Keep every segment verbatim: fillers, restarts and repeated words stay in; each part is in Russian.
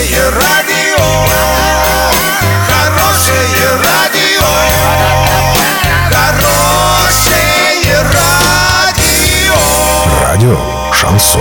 Хорошее радио, хорошее радио, хорошее радио. Радио Шансон.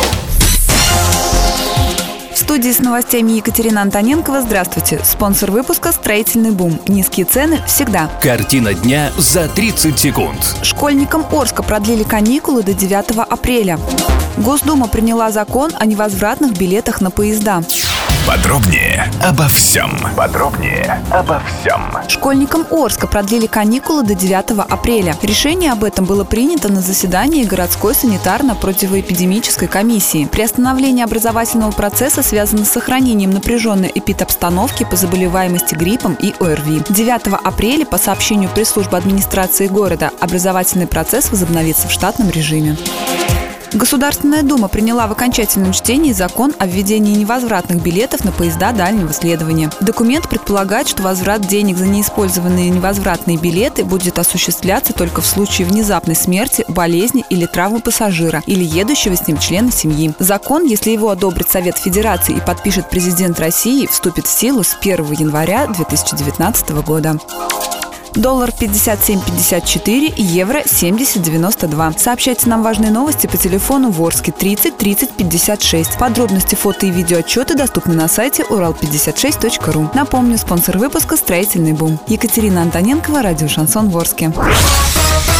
В студии с новостями Екатерина Антоненкова. Здравствуйте. Спонсор выпуска «Строительный бум». Низкие цены всегда. Картина дня за тридцать секунд. Школьникам Орска продлили каникулы до девятого апреля. Госдума приняла закон о невозвратных билетах на поезда. Подробнее обо всем. Подробнее обо всем. Школьникам Орска продлили каникулы до девятого апреля. Решение об этом было принято на заседании городской санитарно-противоэпидемической комиссии. Приостановление образовательного процесса связано с сохранением напряженной эпидобстановки по заболеваемости гриппом и ОРВИ. девятого апреля, по сообщению пресс-службы администрации города, образовательный процесс возобновится в штатном режиме. Государственная дума приняла в окончательном чтении закон о введении невозвратных билетов на поезда дальнего следования. Документ предполагает, что возврат денег за неиспользованные невозвратные билеты будет осуществляться только в случае внезапной смерти, болезни или травмы пассажира или едущего с ним члена семьи. Закон, если его одобрит Совет Федерации и подпишет президент России, вступит в силу с первого января две тысячи девятнадцатого года. Доллар пятьдесят семь пятьдесят четыре, евро семьдесят девяносто два. Сообщайте нам важные новости по телефону Ворске тридцать тридцать пятьдесят шесть. Подробности, фото и видеоотчеты доступны на сайте урал пятьдесят шесть точка ру. Напомню, спонсор выпуска «Строительный бум». Екатерина Антоненкова, радио Шансон Ворске.